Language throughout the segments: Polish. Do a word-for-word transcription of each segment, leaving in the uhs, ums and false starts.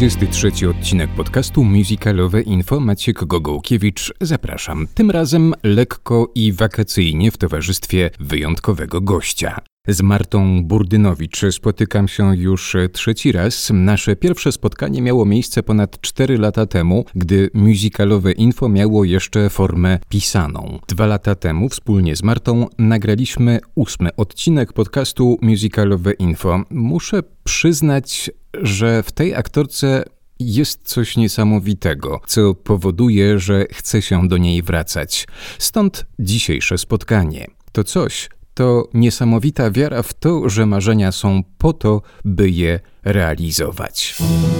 dwudziesty trzeci odcinek podcastu Musicalowe Info. Maciek Gogołkiewicz, zapraszam. Tym razem lekko i wakacyjnie w towarzystwie wyjątkowego gościa. Z Martą Burdynowicz spotykam się już trzeci raz. Nasze pierwsze spotkanie miało miejsce ponad cztery lata temu, gdy Musicalowe Info miało jeszcze formę pisaną. Dwa lata temu wspólnie z Martą nagraliśmy ósmy odcinek podcastu Musicalowe Info. Muszę przyznać, że w tej aktorce jest coś niesamowitego, co powoduje, że chce się do niej wracać. Stąd dzisiejsze spotkanie. To coś to niesamowita wiara w to, że marzenia są po to, by je realizować.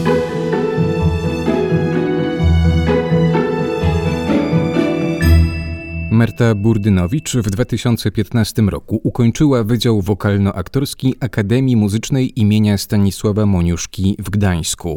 Marta Burdynowicz w dwa tysiące piętnastym roku ukończyła Wydział Wokalno-Aktorski Akademii Muzycznej imienia Stanisława Moniuszki w Gdańsku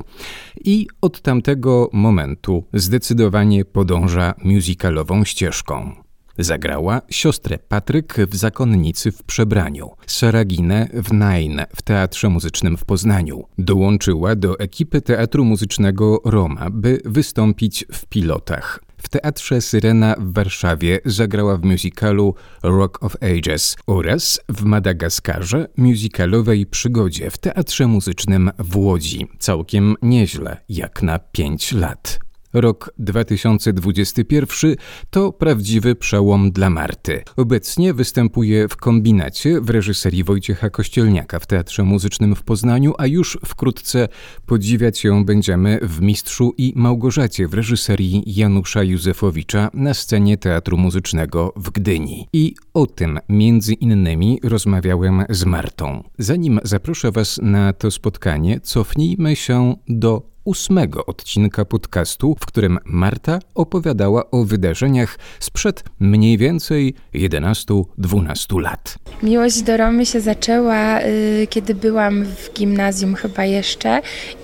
i od tamtego momentu zdecydowanie podąża musicalową ścieżką. Zagrała siostrę Patryk w Zakonnicy w przebraniu, Saraginę w Nine w Teatrze Muzycznym w Poznaniu. Dołączyła do ekipy Teatru Muzycznego Roma, by wystąpić w Pilotach. W Teatrze Syrena w Warszawie zagrała w musicalu Rock of Ages oraz w Madagaskarze musicalowej Przygodzie w Teatrze Muzycznym w Łodzi. Całkiem nieźle, jak na pięć lat. Rok dwa tysiące dwudziesty pierwszy to prawdziwy przełom dla Marty. Obecnie występuje w Kombinacie w reżyserii Wojciecha Kościelniaka w Teatrze Muzycznym w Poznaniu, a już wkrótce podziwiać ją będziemy w Mistrzu i Małgorzacie w reżyserii Janusza Józefowicza na scenie Teatru Muzycznego w Gdyni. I o tym między innymi rozmawiałem z Martą. Zanim zaproszę Was na to spotkanie, cofnijmy się do ósmego odcinka podcastu, w którym Marta opowiadała o wydarzeniach sprzed mniej więcej jedenastu dwunastu lat. Miłość do Romy się zaczęła, y, kiedy byłam w gimnazjum chyba jeszcze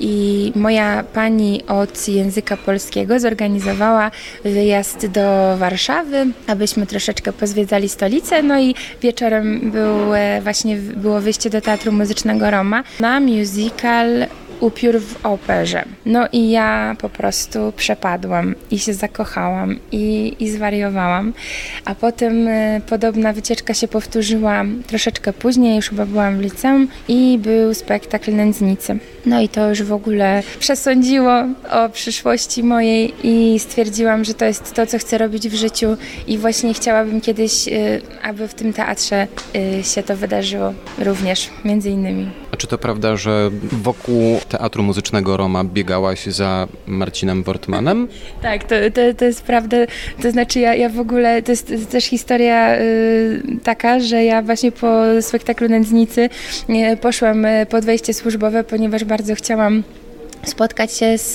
i moja pani od języka polskiego zorganizowała wyjazd do Warszawy, abyśmy troszeczkę pozwiedzali stolicę, no i wieczorem był, e, właśnie było wyjście do Teatru Muzycznego Roma na musical Upiór w operze. No i ja po prostu przepadłam i się zakochałam i, i zwariowałam. A potem y, podobna wycieczka się powtórzyła troszeczkę później, już chyba byłam w liceum i był spektakl Nędznicy. No i to już w ogóle przesądziło o przyszłości mojej i stwierdziłam, że to jest to, co chcę robić w życiu i właśnie chciałabym kiedyś, y, aby w tym teatrze y, się to wydarzyło również, między innymi. A czy to prawda, że wokół Teatru Muzycznego Roma biegałaś za Marcinem Wortmanem? Tak, to, to, to jest prawda. To znaczy ja, ja w ogóle, to jest, to jest też historia y, taka, że ja właśnie po spektaklu Nędznicy y, poszłam pod wejście służbowe, ponieważ bardzo chciałam spotkać się z,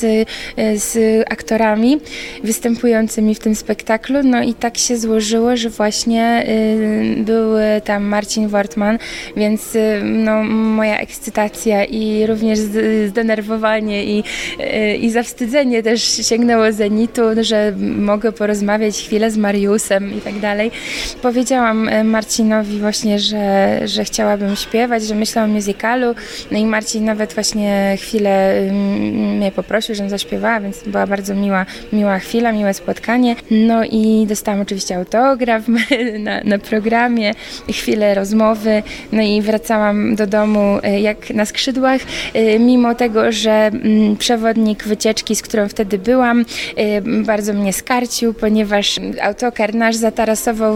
z aktorami występującymi w tym spektaklu. No i tak się złożyło, że właśnie y, był tam Marcin Wortman, więc y, no, moja ekscytacja i również zdenerwowanie i, y, i zawstydzenie też sięgnęło zenitu, że mogę porozmawiać chwilę z Mariusem i tak dalej. Powiedziałam Marcinowi właśnie, że, że chciałabym śpiewać, że myślę o musicalu. No i Marcin nawet właśnie chwilę y, mnie poprosił, żebym zaśpiewała, więc była bardzo miła, miła chwila, miłe spotkanie. No i dostałam oczywiście autograf na, na programie, chwilę rozmowy, no i wracałam do domu jak na skrzydłach, mimo tego, że przewodnik wycieczki, z którą wtedy byłam, bardzo mnie skarcił, ponieważ autokar nasz zatarasował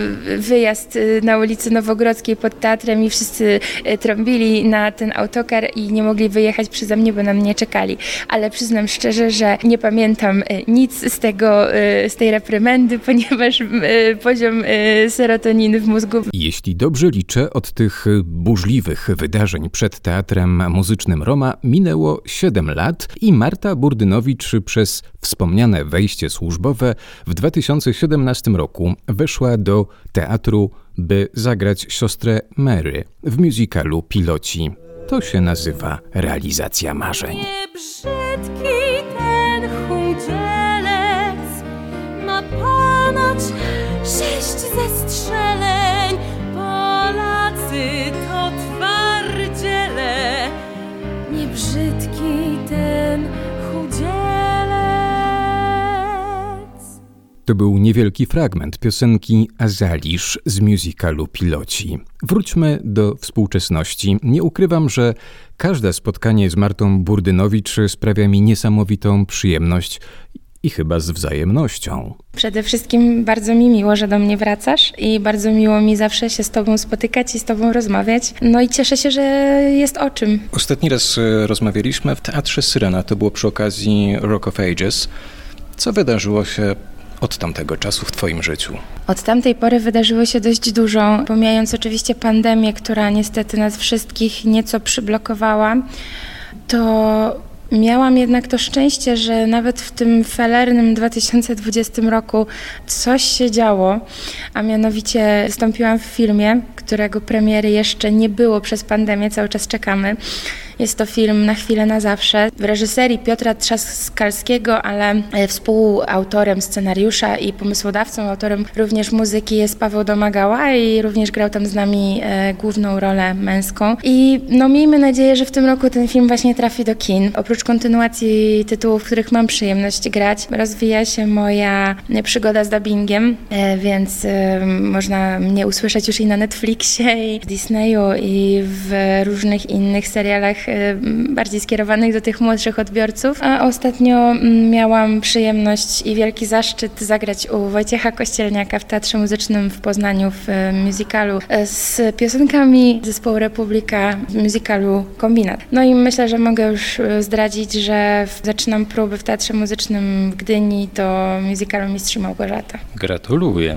wyjazd na ulicy Nowogrodzkiej pod teatrem i wszyscy trąbili na ten autokar i nie mogli wyjechać przeze mnie, bo na mnie czekali. Ale przyznam szczerze, że nie pamiętam nic z tego, z tej reprymendy, ponieważ poziom serotoniny w mózgu... Jeśli dobrze liczę, od tych burzliwych wydarzeń przed Teatrem Muzycznym Roma minęło siedem lat i Marta Burdynowicz przez wspomniane wejście służbowe w dwa tysiące siedemnastym roku weszła do teatru, by zagrać siostrę Mary w musicalu Piloci. To się nazywa realizacja marzeń. Niebrzydki ten chudzielec ma ponoć sześć zestrzeleń. Polacy to twardziele. Niebrzydki ten To był niewielki fragment piosenki Azalisz z musicalu Piloci. Wróćmy do współczesności. Nie ukrywam, że każde spotkanie z Martą Burdynowicz sprawia mi niesamowitą przyjemność i chyba z wzajemnością. Przede wszystkim bardzo mi miło, że do mnie wracasz i bardzo miło mi zawsze się z Tobą spotykać i z Tobą rozmawiać. No i cieszę się, że jest o czym. Ostatni raz rozmawialiśmy w Teatrze Syrena, to było przy okazji Rock of Ages. Co wydarzyło się od tamtego czasu w Twoim życiu? Od tamtej pory wydarzyło się dość dużo, pomijając oczywiście pandemię, która niestety nas wszystkich nieco przyblokowała, to miałam jednak to szczęście, że nawet w tym felernym dwa tysiące dwudziestym roku coś się działo, a mianowicie wystąpiłam w filmie, którego premiery jeszcze nie było przez pandemię, cały czas czekamy. Jest to film Na chwilę, na zawsze w reżyserii Piotra Trzaskalskiego, ale współautorem scenariusza i pomysłodawcą, autorem również muzyki jest Paweł Domagała i również grał tam z nami e, główną rolę męską. I no miejmy nadzieję, że w tym roku ten film właśnie trafi do kin. Oprócz kontynuacji tytułów, w których mam przyjemność grać, rozwija się moja przygoda z dubbingiem, e, więc e, można mnie usłyszeć już i na Netflixie, i w Disneyu, i w różnych innych serialach bardziej skierowanych do tych młodszych odbiorców. A ostatnio miałam przyjemność i wielki zaszczyt zagrać u Wojciecha Kościelniaka w Teatrze Muzycznym w Poznaniu w musicalu z piosenkami zespołu Republika w musicalu Kombinat. No i myślę, że mogę już zdradzić, że zaczynam próby w Teatrze Muzycznym w Gdyni do musicalu Mistrz i Małgorzata. Gratuluję.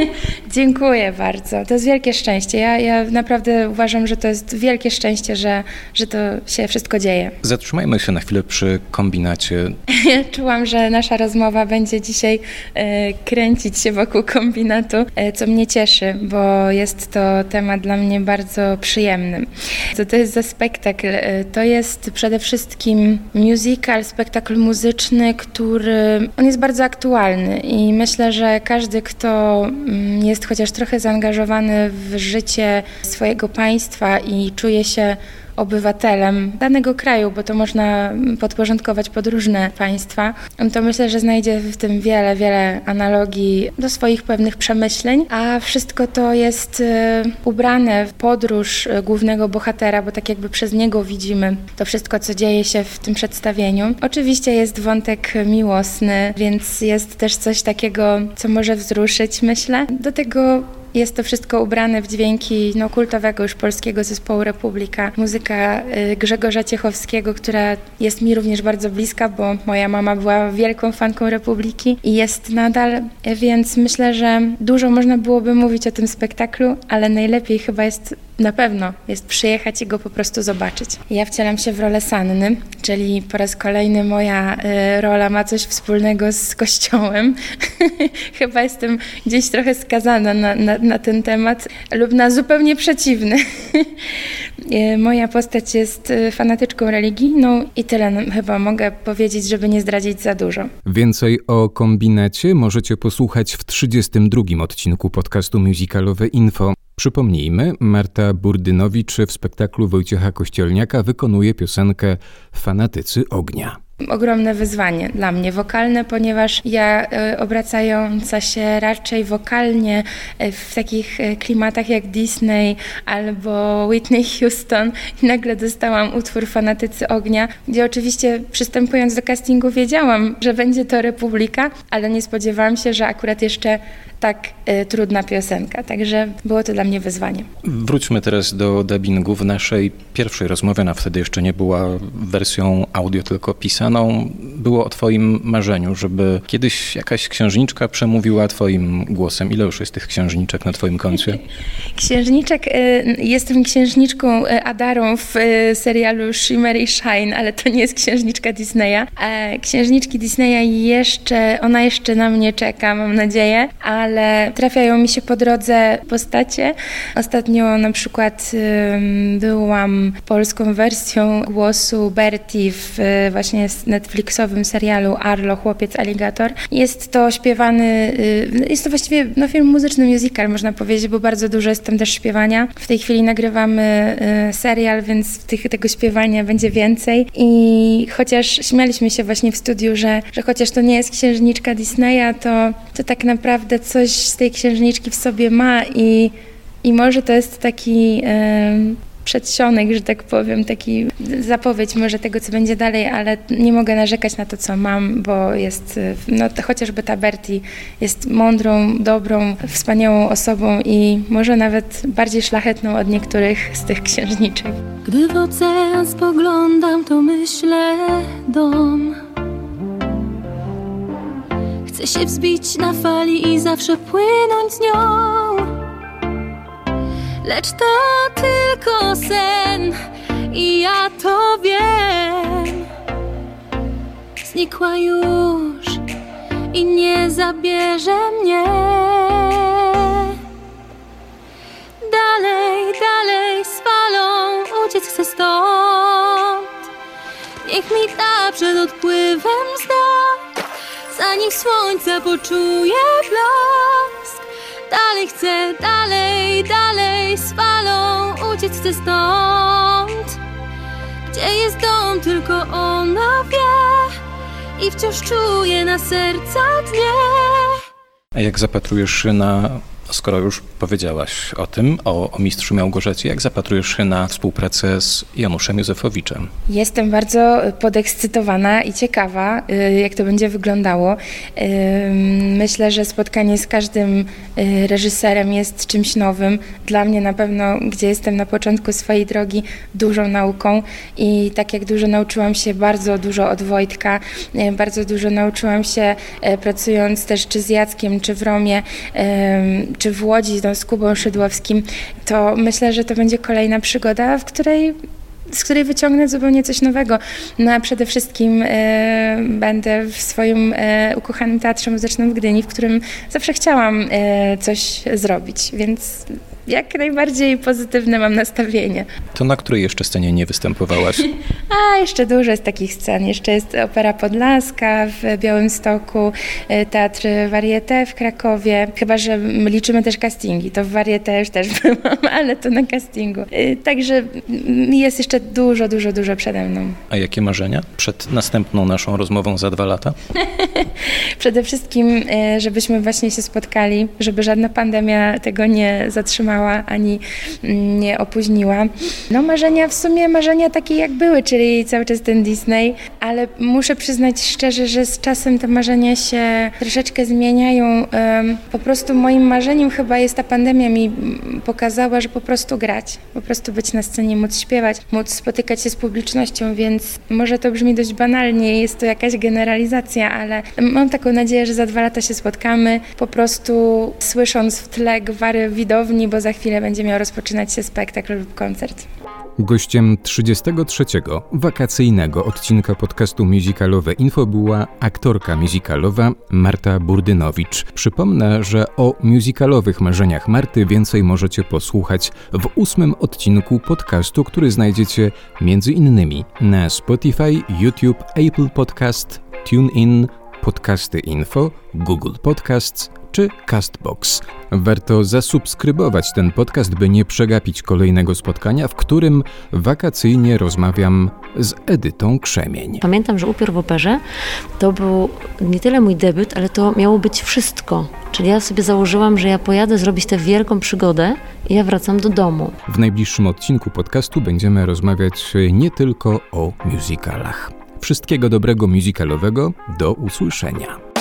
Dziękuję bardzo. To jest wielkie szczęście. Ja, ja naprawdę uważam, że to jest wielkie szczęście, że, że to się wszystko dzieje. Zatrzymajmy się na chwilę przy Kombinacie. Czułam, że nasza rozmowa będzie dzisiaj e, kręcić się wokół Kombinatu, e, co mnie cieszy, bo jest to temat dla mnie bardzo przyjemny. Co to jest za spektakl? E, to jest przede wszystkim musical, spektakl muzyczny, który on jest bardzo aktualny i myślę, że każdy, kto mm, jest chociaż trochę zaangażowany w życie swojego państwa i czuje się obywatelem danego kraju, bo to można podporządkować pod różne państwa, to myślę, że znajdzie w tym wiele, wiele analogii do swoich pewnych przemyśleń, a wszystko to jest y, ubrane w podróż głównego bohatera, bo tak jakby przez niego widzimy to wszystko, co dzieje się w tym przedstawieniu. Oczywiście jest wątek miłosny, więc jest też coś takiego, co może wzruszyć, myślę. Do tego jest to wszystko ubrane w dźwięki no, kultowego już polskiego zespołu Republika. Muzyka y, Grzegorza Ciechowskiego, która jest mi również bardzo bliska, bo moja mama była wielką fanką Republiki i jest nadal, więc myślę, że dużo można byłoby mówić o tym spektaklu, ale najlepiej chyba jest, na pewno jest przyjechać i go po prostu zobaczyć. Ja wcielam się w rolę Sanny, czyli po raz kolejny moja y, rola ma coś wspólnego z kościołem. Chyba jestem gdzieś trochę skazana na, na na ten temat lub na zupełnie przeciwny. Moja postać jest fanatyczką religijną i tyle chyba mogę powiedzieć, żeby nie zdradzić za dużo. Więcej o Kombinacie możecie posłuchać w trzydziestym drugim odcinku podcastu Musicalowe Info. Przypomnijmy, Marta Burdynowicz w spektaklu Wojciecha Kościelniaka wykonuje piosenkę Fanatycy Ognia. Ogromne wyzwanie dla mnie wokalne, ponieważ ja y, obracająca się raczej wokalnie y, w takich y, klimatach jak Disney albo Whitney Houston i nagle dostałam utwór Fanatycy Ognia, gdzie oczywiście przystępując do castingu wiedziałam, że będzie to Republika, ale nie spodziewałam się, że akurat jeszcze tak y, trudna piosenka, także było to dla mnie wyzwanie. Wróćmy teraz do dubbingu. W naszej pierwszej rozmowie, ona wtedy jeszcze nie była wersją audio, tylko pisaną, było o Twoim marzeniu, żeby kiedyś jakaś księżniczka przemówiła Twoim głosem. Ile już jest tych księżniczek na Twoim koncie? Księżniczek, y, jestem księżniczką Adarą w y, serialu Shimmer i Shine, ale to nie jest księżniczka Disneya. E, księżniczki Disneya jeszcze, ona jeszcze na mnie czeka, mam nadzieję, ale ale trafiają mi się po drodze postacie. Ostatnio na przykład y, byłam polską wersją głosu Bertie w y, właśnie Netflixowym serialu Arlo, Chłopiec Aligator. Jest to śpiewany, jest to właściwie no, film muzyczny, musical można powiedzieć, bo bardzo dużo jest tam też śpiewania. W tej chwili nagrywamy serial, więc tych, tego śpiewania będzie więcej i chociaż śmialiśmy się właśnie w studiu, że, że chociaż to nie jest księżniczka Disneya, to, to tak naprawdę coś z tej księżniczki w sobie ma i, i może to jest taki e, przedsionek, że tak powiem, taki zapowiedź może tego, co będzie dalej, ale nie mogę narzekać na to, co mam, bo jest, no to chociażby ta Bertie jest mądrą, dobrą, wspaniałą osobą i może nawet bardziej szlachetną od niektórych z tych księżniczek. Gdy w ocean spoglądam, to myślę dom. Chcę się wzbić na fali i zawsze płynąć z nią. Lecz to tylko sen i ja to wiem. Znikła już i nie zabierze mnie. Dalej, dalej z falą uciec chcę stąd. Niech mi da przed odpływem znak, zanim słońca poczuję blask. Dalej chcę, dalej, dalej z falą uciec chcę stąd. Gdzie jest dom, tylko ona wie i wciąż czuję na serca dnie. A jak zapatrujesz się na, skoro już powiedziałaś o tym, o, o mistrzu Małgorzacie, jak zapatrujesz się na współpracę z Januszem Józefowiczem? Jestem bardzo podekscytowana i ciekawa, jak to będzie wyglądało. Myślę, że spotkanie z każdym reżyserem jest czymś nowym. Dla mnie na pewno, gdzie jestem na początku swojej drogi, dużą nauką i tak jak dużo nauczyłam się bardzo dużo od Wojtka, bardzo dużo nauczyłam się pracując też czy z Jackiem, czy w Romie, czy w Łodzi no, z Kubą Szydłowskim, to myślę, że to będzie kolejna przygoda, w której z której wyciągnę zupełnie coś nowego. No a przede wszystkim e, będę w swoim e, ukochanym Teatrze Muzycznym w Gdyni, w którym zawsze chciałam e, coś zrobić, więc jak najbardziej pozytywne mam nastawienie. To na której jeszcze scenie nie występowałaś? A, jeszcze dużo jest takich scen. Jeszcze jest Opera Podlaska w Białymstoku, Teatr Varieté w Krakowie. Chyba że liczymy też castingi. To w Varieté już też byłam, ale to na castingu. Także jest jeszcze dużo, dużo, dużo przede mną. A jakie marzenia przed następną naszą rozmową za dwa lata? Przede wszystkim, żebyśmy właśnie się spotkali, żeby żadna pandemia tego nie zatrzymała ani nie opóźniła. No marzenia, w sumie marzenia takie jak były, czyli cały czas ten Disney, ale muszę przyznać szczerze, że z czasem te marzenia się troszeczkę zmieniają. Po prostu moim marzeniem chyba jest ta pandemia mi pokazała, że po prostu grać, po prostu być na scenie, móc śpiewać, móc spotykać się z publicznością, więc może to brzmi dość banalnie, jest to jakaś generalizacja, ale mam taką nadzieję, że za dwa lata się spotkamy, po prostu słysząc w tle gwary widowni, bo za chwilę będzie miał rozpoczynać się spektakl lub koncert. Gościem trzydziestego trzeciego wakacyjnego odcinka podcastu Musicalowe Info była aktorka musicalowa Marta Burdynowicz. Przypomnę, że o musicalowych marzeniach Marty więcej możecie posłuchać w ósmym odcinku podcastu, który znajdziecie między innymi na Spotify, YouTube, Apple Podcast, TuneIn, Podcasty Info, Google Podcasts czy Castbox. Warto zasubskrybować ten podcast, by nie przegapić kolejnego spotkania, w którym wakacyjnie rozmawiam z Edytą Krzemień. Pamiętam, że Upiór w operze to był nie tyle mój debiut, ale to miało być wszystko. Czyli ja sobie założyłam, że ja pojadę zrobić tę wielką przygodę i ja wracam do domu. W najbliższym odcinku podcastu będziemy rozmawiać nie tylko o musicalach. Wszystkiego dobrego musicalowego, do usłyszenia.